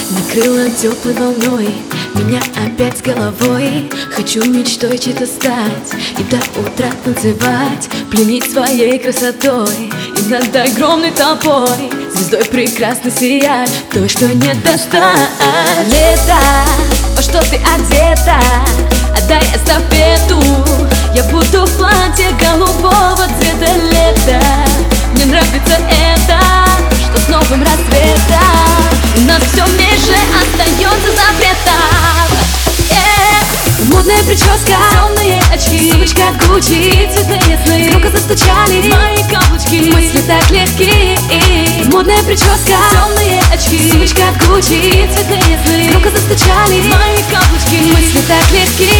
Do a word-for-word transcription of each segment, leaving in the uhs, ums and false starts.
Накрыла теплой волной меня опять с головой. Хочу мечтой чьей-то стать и до утра танцевать, пленить своей красотой и над огромной толпой звездой прекрасно сиять, той, что не достать. Лето, во что ты одета? Отдай эстафету. Я буду в платье голубого цвета. Лето, мне нравится это, что с новым рассветом у нас все меньше остается запретов. Yeah. Модная прическа, темные очки, сумочка Гуччи, цветные сны громко застучали мои каблучки. Мысли так легки. Модная прическа, темные очки, сумочка Гуччи, цветные сны громко застучали мои каблучки. Мысли так легки.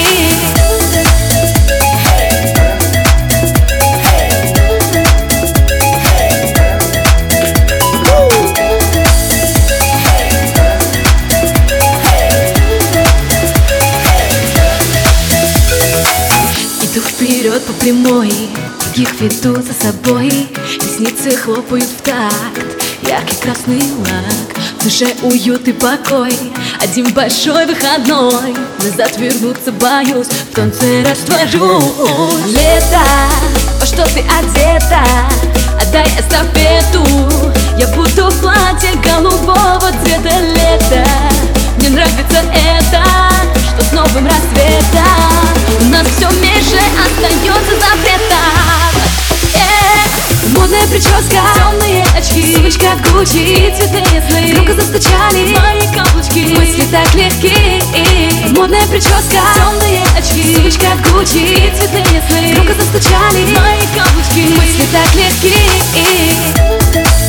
Иду вперед по прямой, других веду за собой. Ресницы хлопают в такт, яркий красный лак, в душе уют и покой. Один большой выходной, назад вернуться боюсь, в танце растворюсь. Лето, во что ты одета? Отдай эстафету. Я буду в платье голубого цвета. Лето, мне нравится это, что с новым рассветом у нас все меньше остается запретов. Yeah. Модная прическа, темные очки, сумочка Гуччи, цветные сны громко застучали мои каблучки. Мысли так легки. Модная прическа, темные очки, сумочка Гуччи, цветные сны громко застучали мои каблучки. Мысли так легки.